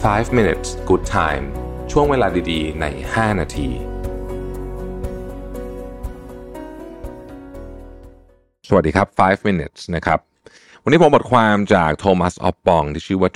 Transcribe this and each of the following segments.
5 minutes good time ช่วงเวลาดีๆใน5นาทีสวัสดีครับ5 minutes นะครับวันนี้ผมบทความจากโทมัสออฟปองที่ชื่อว่า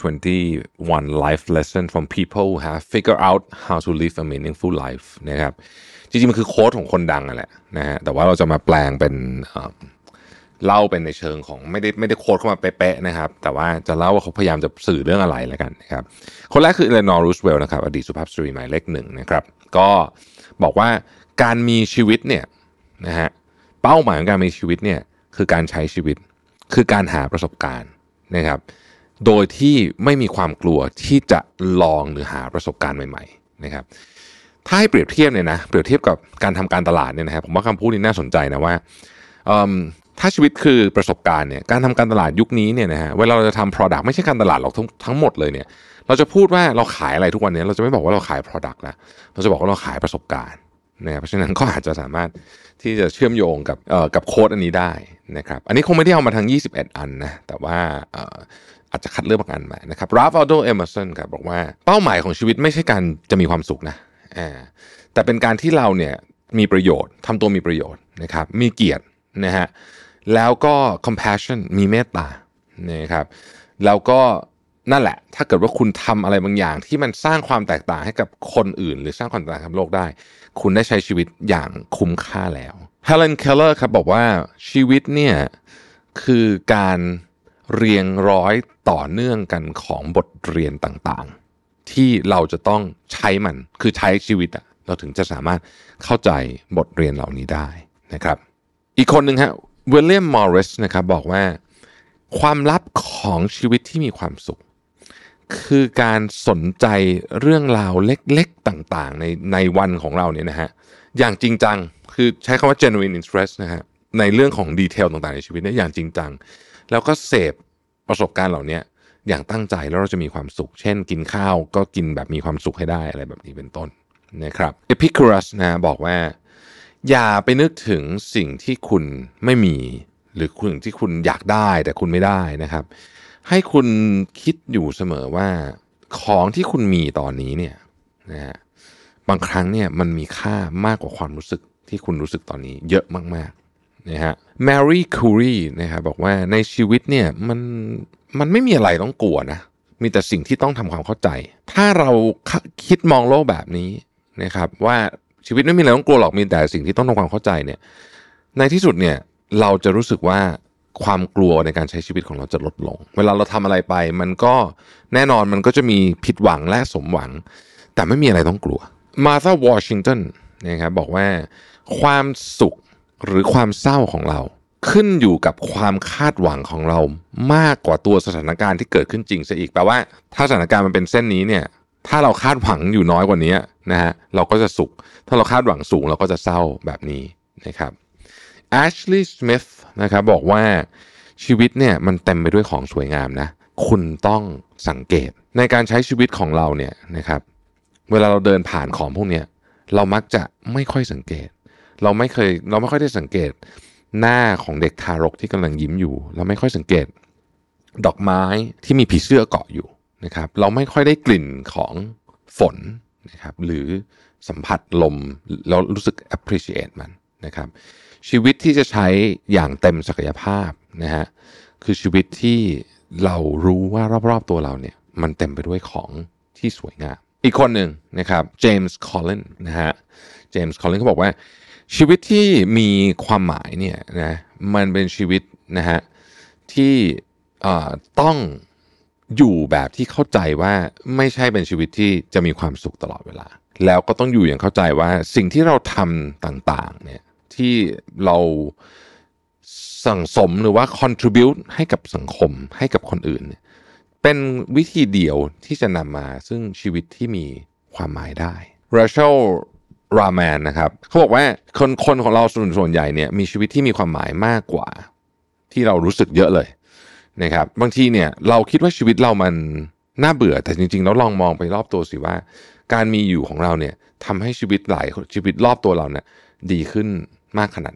21 life lesson from people who have figured out how to live a meaningful life นะครับจริงๆมันคือโค้ดของคนดังแหละนะฮะแต่ว่าเราจะมาแปลงเป็นเล่าเป็นในเชิงของไม่ได้โค้ดเข้ามาเป๊ะๆนะครับแต่ว่าจะเล่าว่าเขาพยายามจะสื่อเรื่องอะไรแล้วกันนะครับคนแรกคือเอเลนอร์ รูสเวลต์นะครับอดีตสุภาพสตรีหมายเลขหนึ่งนะครับก็บอกว่าการมีชีวิตเนี่ยนะฮะเป้าหมายของการมีชีวิตเนี่ยคือการใช้ชีวิตคือการหาประสบการณ์นะครับโดยที่ไม่มีความกลัวที่จะลองหรือหาประสบการณ์ใหม่ๆนะครับถ้าให้เปรียบเทียบเนี่ยนะเปรียบเทียบกับการทำการตลาดเนี่ยนะครับผมว่าคำพูดนี้น่าสนใจนะว่าถ้าชีวิตคือประสบการณ์เนี่ยการทำการตลาดยุคนี้เนี่ยนะฮะเวลาเราจะทำ product ไม่ใช่การตลาดหรอกทั้งหมดเลยเนี่ยเราจะพูดว่าเราขายอะไรทุกวันนี้เราจะไม่บอกว่าเราขาย product แล้วเราจะบอกว่าเราขายประสบการณ์นะเพราะฉะนั้นก็อาจจะสามารถที่จะเชื่อมโยงกับโค้ดอันนี้ได้นะครับอันนี้คงไม่ได้เอามาทั้ง21อันนะแต่ว่าอาจจะคัดเลือกบางอันมานะครับราฟ อัลโด เอเมอร์สันครับบอกว่าเป้าหมายของชีวิตไม่ใช่การจะมีความสุขนะแต่เป็นการที่เราเนี่ยมีประโยชน์ทำตัวมีประโยชน์นะครับมีเกียรตินะฮะแล้วก็ compassion มีเมตตานะครับแล้วก็นั่นแหละถ้าเกิดว่าคุณทำอะไรบางอย่างที่มันสร้างความแตกต่างให้กับคนอื่นหรือสร้างความแตกต่างกับโลกได้คุณได้ใช้ชีวิตอย่างคุ้มค่าแล้วเฮเลน เคลเลอร์ครับบอกว่าชีวิตเนี่ยคือการเรียงร้อยต่อเนื่องกันของบทเรียนต่างๆที่เราจะต้องใช้มันคือใช้ชีวิตเราถึงจะสามารถเข้าใจบทเรียนเหล่านี้ได้นะครับอีกคนหนึ่งฮะวิลเลียม มอริสนะครับบอกว่าความลับของชีวิตที่มีความสุขคือการสนใจเรื่องราวเล็กๆต่างๆในวันของเราเนี่ยนะฮะอย่างจริงจังคือใช้คำว่า genuine interest นะฮะในเรื่องของดีเทลต่างๆในชีวิตเนี่ยอย่างจริงจังแล้วก็เสพประสบการณ์เหล่านี้อย่างตั้งใจแล้วเราจะมีความสุขเช่นกินข้าวก็กินแบบมีความสุขให้ได้อะไรแบบนี้เป็นต้นนะครับเอพิคูรัสนะบอกว่าอย่าไปนึกถึงสิ่งที่คุณไม่มีหรือสิ่งที่คุณอยากได้แต่คุณไม่ได้นะครับให้คุณคิดอยู่เสมอว่าของที่คุณมีตอนนี้เนี่ยนะฮะบางครั้งเนี่ยมันมีค่ามากกว่าความรู้สึกที่คุณรู้สึกตอนนี้เยอะมากๆนะฮะแมรี่ คูรีนะครับบอกว่าในชีวิตเนี่ยมันไม่มีอะไรต้องกลัวนะมีแต่สิ่งที่ต้องทำความเข้าใจถ้าเราคิดมองโลกแบบนี้นะครับว่าชีวิตไม่มีอะไรต้องกลัวหรอกมีแต่สิ่งที่ต้องทำความเข้าใจเนี่ยในที่สุดเนี่ยเราจะรู้สึกว่าความกลัวในการใช้ชีวิตของเราจะลดลงเวลาเราทำอะไรไปมันก็แน่นอนมันก็จะมีผิดหวังและสมหวังแต่ไม่มีอะไรต้องกลัวมาธา วอชิงตันนะครับบอกว่าความสุขหรือความเศร้าของเราขึ้นอยู่กับความคาดหวังของเรามากกว่าตัวสถานการณ์ที่เกิดขึ้นจริงซะอีกแปลว่าถ้าสถานการณ์มันเป็นเส้นนี้เนี่ยถ้าเราคาดหวังอยู่น้อยกว่านี้นะฮะเราก็จะสุขถ้าเราคาดหวังสูงเราก็จะเศร้าแบบนี้นะครับแอชลีย์ สมิธนะครับบอกว่าชีวิตเนี่ยมันเต็มไปด้วยของสวยงามนะคุณต้องสังเกตในการใช้ชีวิตของเราเนี่ยนะครับเวลาเราเดินผ่านของพวกนี้เรามักจะไม่ค่อยสังเกตเราไม่ค่อยได้สังเกตหน้าของเด็กทารกที่กำลังยิ้มอยู่เราไม่ค่อยสังเกตดอกไม้ที่มีผีเสื้อเกาะอยู่นะครับเราไม่ค่อยได้กลิ่นของฝนนะครับหรือสัมผัสลมแล้วรู้สึก appreciate มันนะครับชีวิตที่จะใช้อย่างเต็มศักยภาพนะฮะคือชีวิตที่เรารู้ว่ารอบๆตัวเราเนี่ยมันเต็มไปด้วยของที่สวยงามอีกคนหนึ่งนะครับเจมส์ คอลลินนะฮะเจมส์ คอลลินเขาบอกว่าชีวิตที่มีความหมายเนี่ยนะมันเป็นชีวิตนะฮะที่ต้องอยู่แบบที่เข้าใจว่าไม่ใช่เป็นชีวิตที่จะมีความสุขตลอดเวลาแล้วก็ต้องอยู่อย่างเข้าใจว่าสิ่งที่เราทำต่างๆเนี่ยที่เราสั่งสมหรือว่า contribute ให้กับสังคมให้กับคนอื่นเนี่ยเป็นวิธีเดียวที่จะนำมาซึ่งชีวิตที่มีความหมายได้ราเชล ราแมนนะครับเขาบอกว่าคนของเราส่วนใหญ่เนี่ยมีชีวิตที่มีความหมายมากกว่าที่เรารู้สึกเยอะเลยนะครับบางทีเนี่ยเราคิดว่าชีวิตเรามันน่าเบื่อแต่จริงๆแล้วลองมองไปรอบตัวสิว่าการมีอยู่ของเราเนี่ยทำให้ชีวิตรอบตัวเราเนี่ยดีขึ้นมากขนาดไหน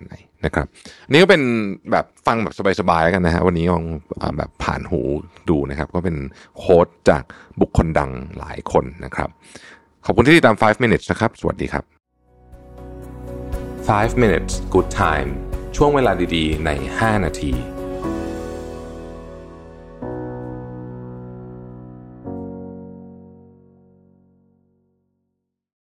นะครับนี่ก็เป็นแบบฟังแบบสบายๆแล้วกันนะฮะวันนี้ลองแบบผ่านหูดูนะครับก็เป็นโค้ดจากบุคคลดังหลายคนนะครับขอบคุณที่ติดตาม5 minutes นะครับสวัสดีครับ5 minutes good time ช่วงเวลาดีๆใน5นาที